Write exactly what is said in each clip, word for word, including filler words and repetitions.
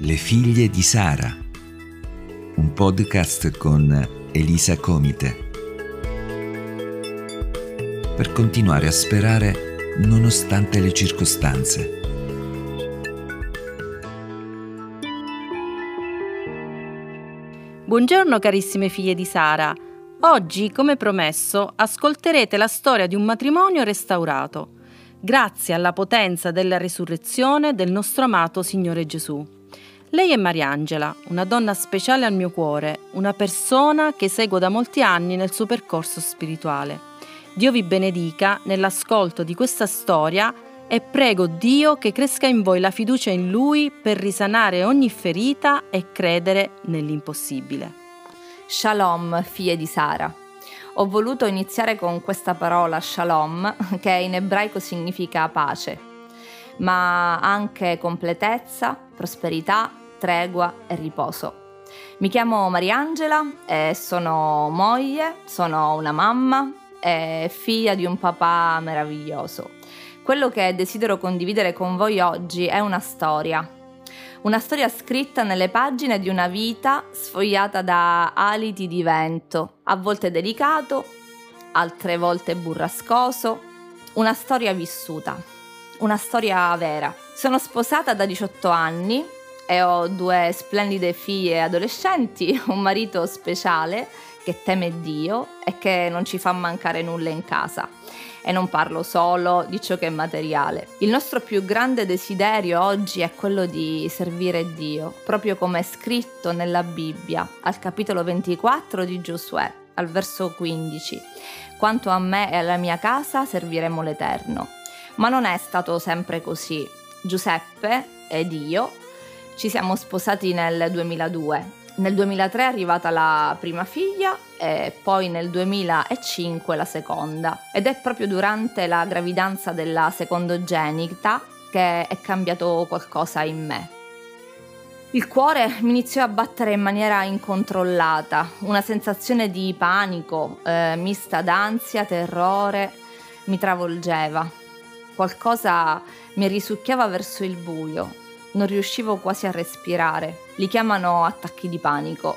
Le figlie di Sara, un podcast con Elisa Comite, per continuare a sperare nonostante le circostanze. Buongiorno carissime figlie di Sara. Oggi, come promesso, ascolterete la storia di un matrimonio restaurato, grazie alla potenza della resurrezione del nostro amato Signore Gesù. Lei è Mariangela, una donna speciale al mio cuore, una persona che seguo da molti anni nel suo percorso spirituale. Dio vi benedica nell'ascolto di questa storia e prego Dio che cresca in voi la fiducia in Lui per risanare ogni ferita e credere nell'impossibile. Shalom, figlie di Sara. Ho voluto iniziare con questa parola shalom, che in ebraico significa pace, ma anche completezza, prosperità, tregua e riposo. Mi chiamo Mariangela e sono moglie, sono una mamma e figlia di un papà meraviglioso. Quello che desidero condividere con voi oggi è una storia. Una storia scritta nelle pagine di una vita sfogliata da aliti di vento, a volte delicato, altre volte burrascoso. Una storia vissuta, una storia vera. Sono sposata da diciotto anni e ho due splendide figlie adolescenti, un marito speciale che teme Dio e che non ci fa mancare nulla in casa. E non parlo solo di ciò che è materiale. Il nostro più grande desiderio oggi è quello di servire Dio, proprio come è scritto nella Bibbia, al capitolo ventiquattro di Giosuè, al verso quindici. Quanto a me e alla mia casa serviremo l'Eterno. Ma non è stato sempre così. Giuseppe ed io ci siamo sposati nel duemiladue. Nel duemilatré è arrivata la prima figlia e poi nel duemilacinque la seconda. Ed è proprio durante la gravidanza della secondogenita che è cambiato qualcosa in me. Il cuore mi iniziò a battere in maniera incontrollata, una sensazione di panico, eh, mista d'ansia, terrore, mi travolgeva. Qualcosa mi risucchiava verso il buio. Non riuscivo quasi a respirare. Li chiamano attacchi di panico.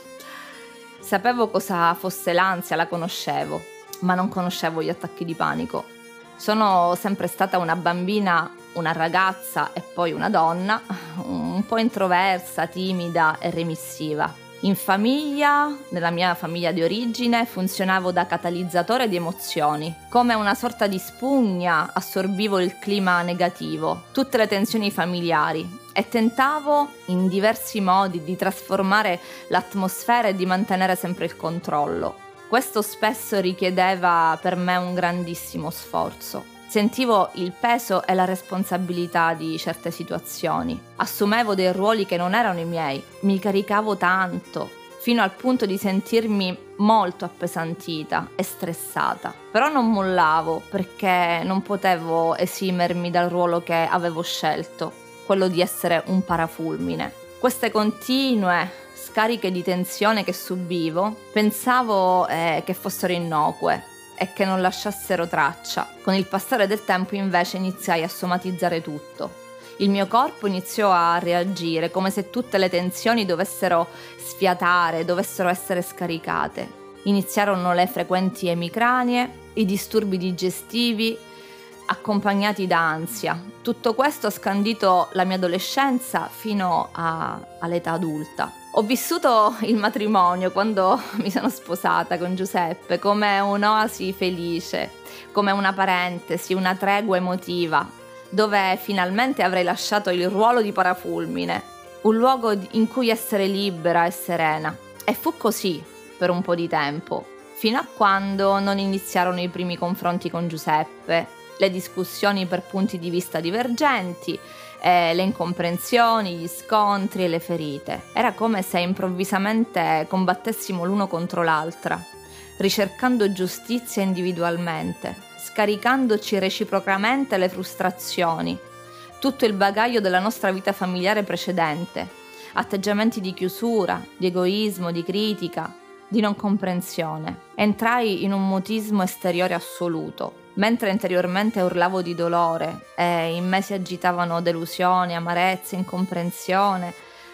Sapevo cosa fosse l'ansia, la conoscevo, ma non conoscevo gli attacchi di panico. Sono sempre stata una bambina, una ragazza e poi una donna, un po' introversa, timida e remissiva. In famiglia, nella mia famiglia di origine, funzionavo da catalizzatore di emozioni. Come una sorta di spugna assorbivo il clima negativo, tutte le tensioni familiari e tentavo in diversi modi di trasformare l'atmosfera e di mantenere sempre il controllo. Questo spesso richiedeva per me un grandissimo sforzo. Sentivo il peso e la responsabilità di certe situazioni. Assumevo dei ruoli che non erano i miei. Mi caricavo tanto, fino al punto di sentirmi molto appesantita e stressata. Però non mollavo perché non potevo esimermi dal ruolo che avevo scelto, quello di essere un parafulmine. Queste continue scariche di tensione che subivo, pensavo eh, che fossero innocue e che non lasciassero traccia. Con il passare del tempo invece iniziai a somatizzare tutto. Il mio corpo iniziò a reagire come se tutte le tensioni dovessero sfiatare, dovessero essere scaricate. Iniziarono le frequenti emicranie, i disturbi digestivi accompagnati da ansia. Tutto questo ha scandito la mia adolescenza fino a, all'età adulta. Ho vissuto il matrimonio quando mi sono sposata con Giuseppe come un'oasi felice, come una parentesi, una tregua emotiva, dove finalmente avrei lasciato il ruolo di parafulmine, un luogo in cui essere libera e serena. E fu così per un po' di tempo, fino a quando non iniziarono i primi confronti con Giuseppe, le discussioni per punti di vista divergenti, eh, le incomprensioni, gli scontri e le ferite. Era come se improvvisamente combattessimo l'uno contro l'altra, ricercando giustizia individualmente, scaricandoci reciprocamente le frustrazioni, tutto il bagaglio della nostra vita familiare precedente, atteggiamenti di chiusura, di egoismo, di critica, di non comprensione. Entrai in un mutismo esteriore assoluto, mentre interiormente urlavo di dolore e in me si agitavano delusione, amarezza, incomprensione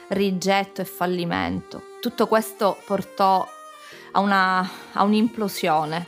rigetto e fallimento. Tutto questo portò a, una, a un'implosione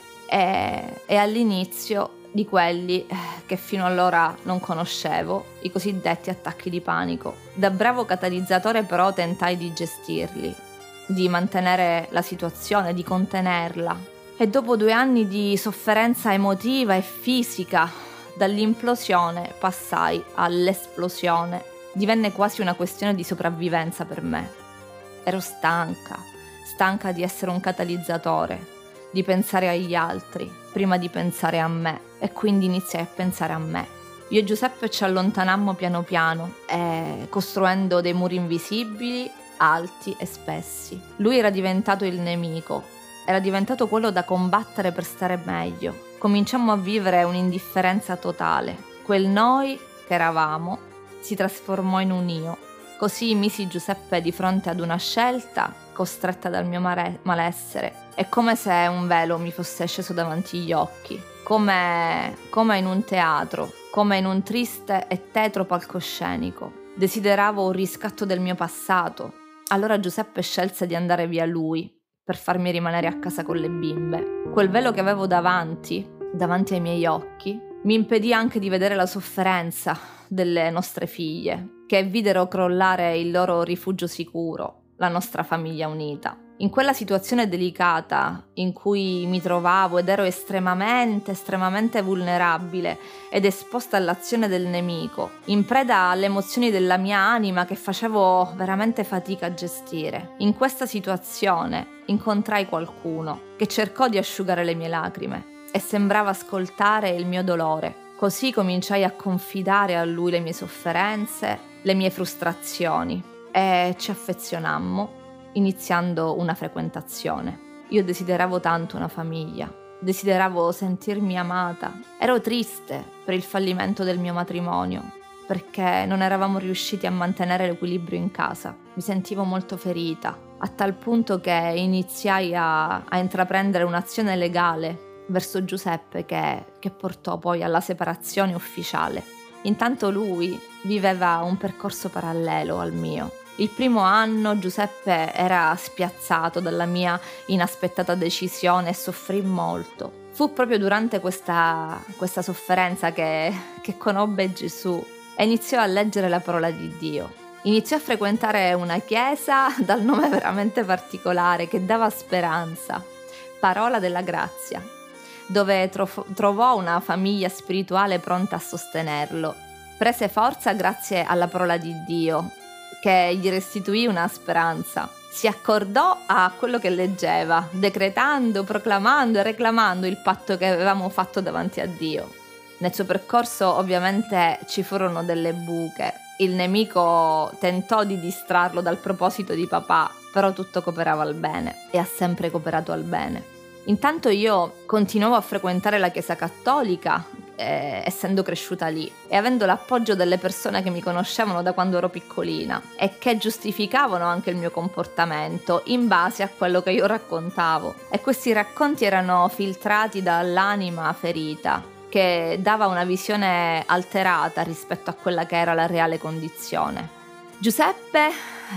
e, e all'inizio di quelli che fino allora non conoscevo, i cosiddetti attacchi di panico. Da bravo catalizzatore però tentai di gestirli, di mantenere la situazione, di contenerla. E dopo due anni di sofferenza emotiva e fisica, dall'implosione passai all'esplosione. Divenne quasi una questione di sopravvivenza per me. Ero stanca, stanca di essere un catalizzatore, di pensare agli altri prima di pensare a me, e quindi iniziai a pensare a me. Io e Giuseppe ci allontanammo piano piano, eh, costruendo dei muri invisibili, alti e spessi. Lui era diventato il nemico, era diventato quello da combattere per stare meglio. Cominciammo a vivere un'indifferenza totale. Quel noi che eravamo si trasformò in un io. Così misi Giuseppe di fronte ad una scelta, costretta dal mio mare- malessere. È come se un velo mi fosse sceso davanti agli occhi, come, come in un teatro, come in un triste e tetro palcoscenico. Desideravo un riscatto del mio passato. Allora Giuseppe scelse di andare via lui, per farmi rimanere a casa con le bimbe. Quel velo che avevo davanti, davanti ai miei occhi, mi impedì anche di vedere la sofferenza delle nostre figlie, che videro crollare il loro rifugio sicuro, la nostra famiglia unita. In quella situazione delicata in cui mi trovavo ed ero estremamente, estremamente vulnerabile ed esposta all'azione del nemico, in preda alle emozioni della mia anima che facevo veramente fatica a gestire. In questa situazione incontrai qualcuno che cercò di asciugare le mie lacrime e sembrava ascoltare il mio dolore. Così cominciai a confidare a lui le mie sofferenze, le mie frustrazioni e ci affezionammo, iniziando una frequentazione. Io desideravo tanto una famiglia, desideravo sentirmi amata. Ero triste per il fallimento del mio matrimonio, perché non eravamo riusciti a mantenere l'equilibrio in casa. Mi sentivo molto ferita, a tal punto che iniziai a, a intraprendere un'azione legale verso Giuseppe che, che portò poi alla separazione ufficiale. Intanto lui viveva un percorso parallelo al mio. Il primo anno Giuseppe era spiazzato dalla mia inaspettata decisione e soffrì molto. Fu proprio durante questa, questa sofferenza che, che conobbe Gesù e iniziò a leggere la parola di Dio. Iniziò a frequentare una chiesa dal nome veramente particolare che dava speranza, Parola della Grazia, dove tro- trovò una famiglia spirituale pronta a sostenerlo. Prese forza grazie alla parola di Dio, che gli restituì una speranza. Si accordò a quello che leggeva, decretando, proclamando e reclamando il patto che avevamo fatto davanti a Dio. Nel suo percorso ovviamente ci furono delle buche. Il nemico tentò di distrarlo dal proposito di papà, però tutto cooperava al bene e ha sempre cooperato al bene. Intanto io continuavo a frequentare la Chiesa Cattolica, eh, essendo cresciuta lì e avendo l'appoggio delle persone che mi conoscevano da quando ero piccolina e che giustificavano anche il mio comportamento in base a quello che io raccontavo. E questi racconti erano filtrati dall'anima ferita, che dava una visione alterata rispetto a quella che era la reale condizione. Giuseppe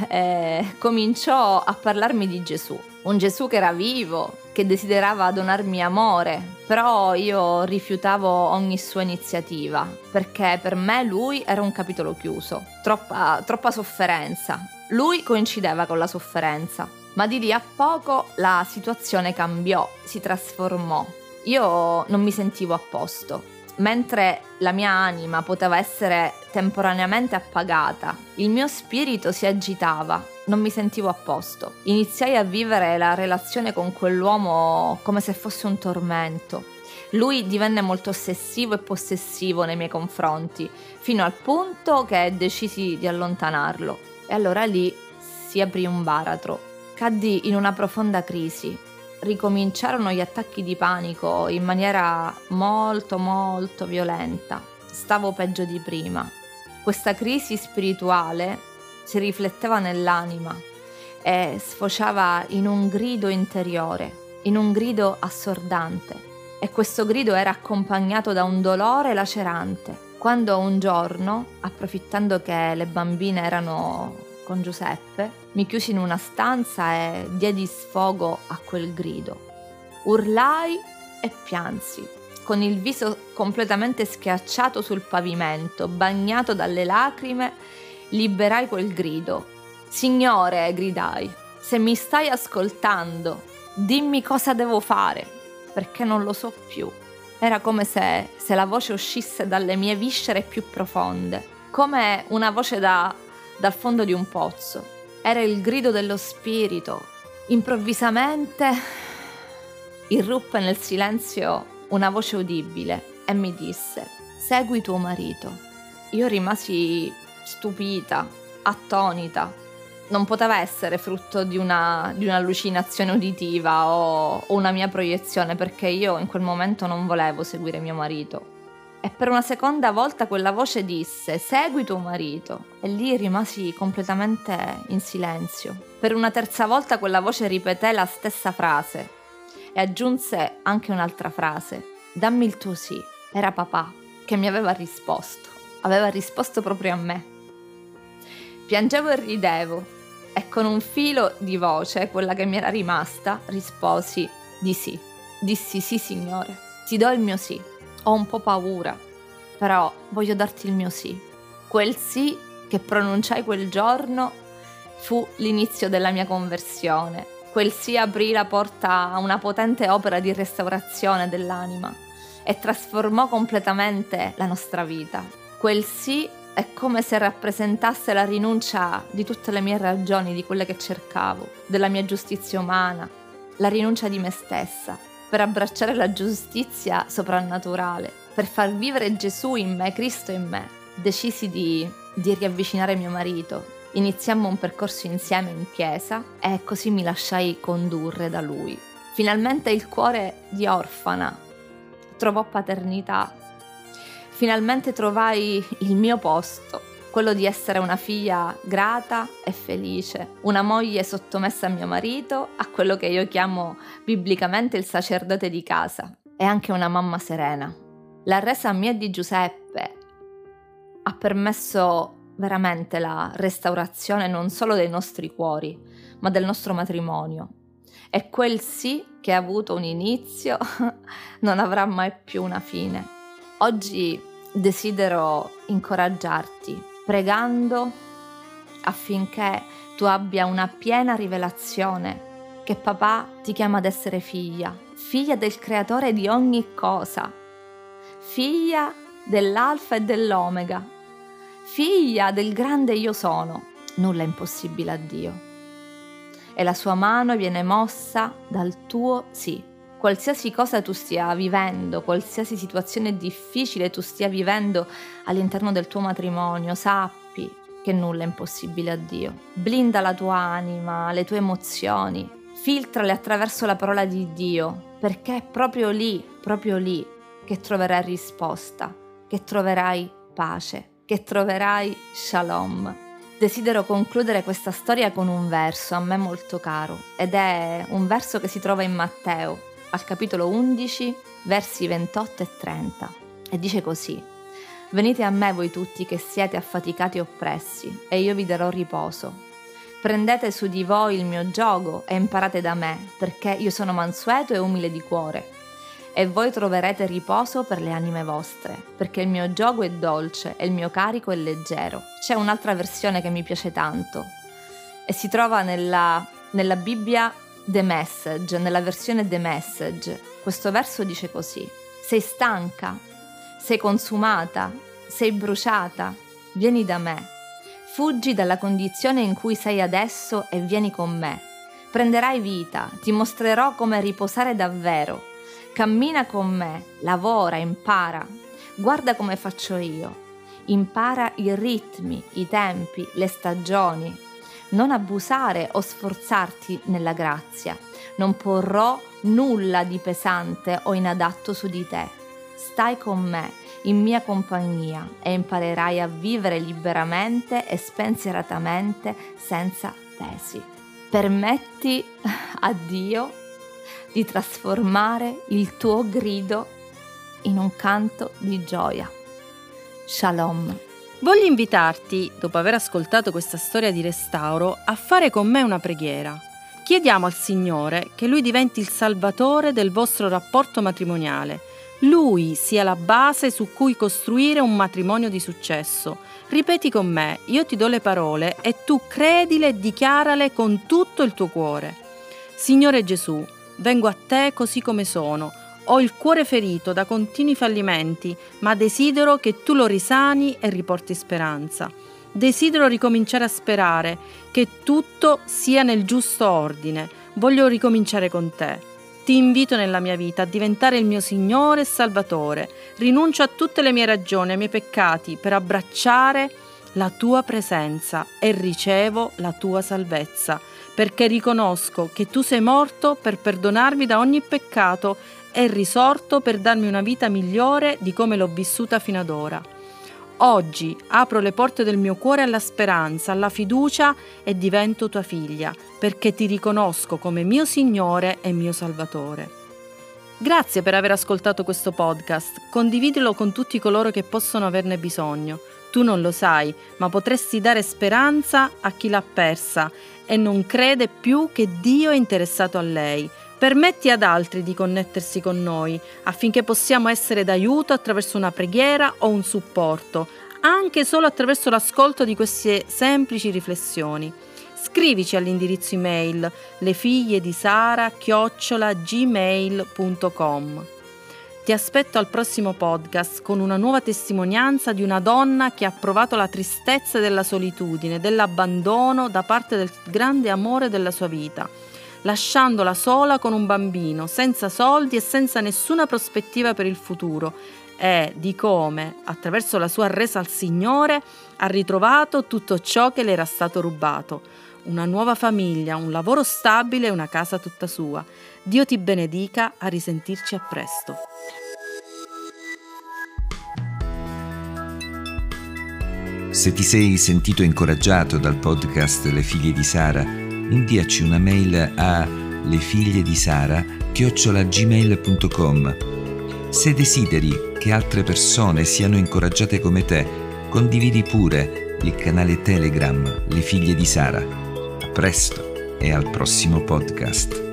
eh, cominciò a parlarmi di Gesù, un Gesù che era vivo, che desiderava donarmi amore, però io rifiutavo ogni sua iniziativa, perché per me lui era un capitolo chiuso, troppa, troppa sofferenza. Lui coincideva con la sofferenza, ma di lì a poco la situazione cambiò, si trasformò. Io non mi sentivo a posto. Mentre la mia anima poteva essere temporaneamente appagata, il mio spirito si agitava, non mi sentivo a posto. Iniziai a vivere la relazione con quell'uomo come se fosse un tormento. Lui divenne molto ossessivo e possessivo nei miei confronti, fino al punto che decisi di allontanarlo. E allora lì si aprì un baratro. Caddi in una profonda crisi. Ricominciarono gli attacchi di panico in maniera molto molto violenta. Stavo peggio di prima. Questa crisi spirituale si rifletteva nell'anima e sfociava in un grido interiore, in un grido assordante. E questo grido era accompagnato da un dolore lacerante. Quando un giorno, approfittando che le bambine erano con Giuseppe, mi chiusi in una stanza e diedi sfogo a quel grido. Urlai e piansi, con il viso completamente schiacciato sul pavimento, bagnato dalle lacrime, liberai quel grido. Signore, gridai, se mi stai ascoltando, dimmi cosa devo fare, perché non lo so più. Era come se, se la voce uscisse dalle mie viscere più profonde, come una voce da, dal fondo di un pozzo. Era il grido dello spirito. Improvvisamente irruppe nel silenzio una voce udibile e mi disse: segui tuo marito. Io rimasi stupita, attonita. Non poteva essere frutto di una di un'allucinazione uditiva o, o una mia proiezione, perché io in quel momento non volevo seguire mio marito. E per una seconda volta quella voce disse: segui tuo marito. E lì rimasi completamente in silenzio. Per una terza volta quella voce ripeté la stessa frase e aggiunse anche un'altra frase: dammi il tuo sì. Era papà che mi aveva risposto. Aveva risposto proprio a me. Piangevo e ridevo. E con un filo di voce, quella che mi era rimasta, risposi di sì. Dissi: sì, signore, ti do il mio sì. Ho un po' paura, però voglio darti il mio sì. Quel sì che pronunciai quel giorno fu l'inizio della mia conversione. Quel sì aprì la porta a una potente opera di restaurazione dell'anima e trasformò completamente la nostra vita. Quel sì è come se rappresentasse la rinuncia di tutte le mie ragioni, di quelle che cercavo, della mia giustizia umana, la rinuncia di me stessa, per abbracciare la giustizia soprannaturale, per far vivere Gesù in me, Cristo in me. Decisi di, di riavvicinare mio marito. Iniziammo un percorso insieme in chiesa e così mi lasciai condurre da lui. Finalmente il cuore di orfana trovò paternità. Finalmente trovai il mio posto, quello di essere una figlia grata e felice, una moglie sottomessa a mio marito, a quello che io chiamo biblicamente il sacerdote di casa, e anche una mamma serena. La resa mia di Giuseppe ha permesso veramente la restaurazione non solo dei nostri cuori, ma del nostro matrimonio. E quel sì che ha avuto un inizio non avrà mai più una fine. Oggi desidero incoraggiarti pregando affinché tu abbia una piena rivelazione che papà ti chiama ad essere figlia, figlia del creatore di ogni cosa, figlia dell'alfa e dell'omega, figlia del grande io sono. Nulla è impossibile a Dio. E la sua mano viene mossa dal tuo sì. Qualsiasi cosa tu stia vivendo, qualsiasi situazione difficile tu stia vivendo all'interno del tuo matrimonio, sappi che nulla è impossibile a Dio. Blinda la tua anima, le tue emozioni, filtrale attraverso la parola di Dio, perché è proprio lì, proprio lì che troverai risposta, che troverai pace, che troverai shalom. Desidero concludere questa storia con un verso a me molto caro, ed è un verso che si trova in Matteo, al capitolo undici, versi ventotto e trenta, e dice così: venite a me voi tutti che siete affaticati e oppressi, e io vi darò riposo. Prendete su di voi il mio giogo e imparate da me, perché io sono mansueto e umile di cuore, e voi troverete riposo per le anime vostre, perché il mio giogo è dolce e il mio carico è leggero. C'è un'altra versione che mi piace tanto e si trova nella, nella Bibbia The Message, nella versione The Message. Questo verso dice così: sei stanca, sei consumata, sei bruciata, vieni da me. Fuggi dalla condizione in cui sei adesso e vieni con me. Prenderai vita, ti mostrerò come riposare davvero. Cammina con me, lavora, impara. Guarda come faccio io. Impara i ritmi, i tempi, le stagioni. Non abusare o sforzarti nella grazia. Non porrò nulla di pesante o inadatto su di te. Stai con me, in mia compagnia, e imparerai a vivere liberamente e spensieratamente senza pesi. Permetti a Dio di trasformare il tuo grido in un canto di gioia. Shalom. Voglio invitarti, dopo aver ascoltato questa storia di restauro, a fare con me una preghiera. Chiediamo al Signore che Lui diventi il salvatore del vostro rapporto matrimoniale. Lui sia la base su cui costruire un matrimonio di successo. Ripeti con me, io ti do le parole e tu credile e dichiarale con tutto il tuo cuore. Signore Gesù, vengo a te così come sono. Ho il cuore ferito da continui fallimenti, ma desidero che tu lo risani e riporti speranza. Desidero ricominciare a sperare che tutto sia nel giusto ordine. Voglio ricominciare con te. Ti invito nella mia vita a diventare il mio Signore e Salvatore. Rinuncio a tutte le mie ragioni, ai miei peccati, per abbracciare la tua presenza e ricevo la tua salvezza, perché riconosco che tu sei morto per perdonarmi da ogni peccato e risorto per darmi una vita migliore di come l'ho vissuta fino ad ora. Oggi apro le porte del mio cuore alla speranza, alla fiducia e divento tua figlia, perché ti riconosco come mio Signore e mio Salvatore. Grazie per aver ascoltato questo podcast, condividilo con tutti coloro che possono averne bisogno. Tu non lo sai, ma potresti dare speranza a chi l'ha persa e non crede più che Dio è interessato a lei. Permetti ad altri di connettersi con noi affinché possiamo essere d'aiuto attraverso una preghiera o un supporto, anche solo attraverso l'ascolto di queste semplici riflessioni. Scrivici all'indirizzo email lefiglie-di-sara chiocciola gmail punto com. Ti aspetto al prossimo podcast con una nuova testimonianza di una donna che ha provato la tristezza della solitudine, dell'abbandono da parte del grande amore della sua vita, lasciandola sola con un bambino, senza soldi e senza nessuna prospettiva per il futuro, e di come, attraverso la sua resa al Signore, ha ritrovato tutto ciò che le era stato rubato. Una nuova famiglia, un lavoro stabile e una casa tutta sua. Dio ti benedica, a risentirci a presto. Se ti sei sentito incoraggiato dal podcast Le Figlie di Sara, inviaci una mail a lefigliedisara chiocciola gmail punto com. Se desideri che altre persone siano incoraggiate come te, condividi pure il canale Telegram Le Figlie di Sara. A presto e al prossimo podcast.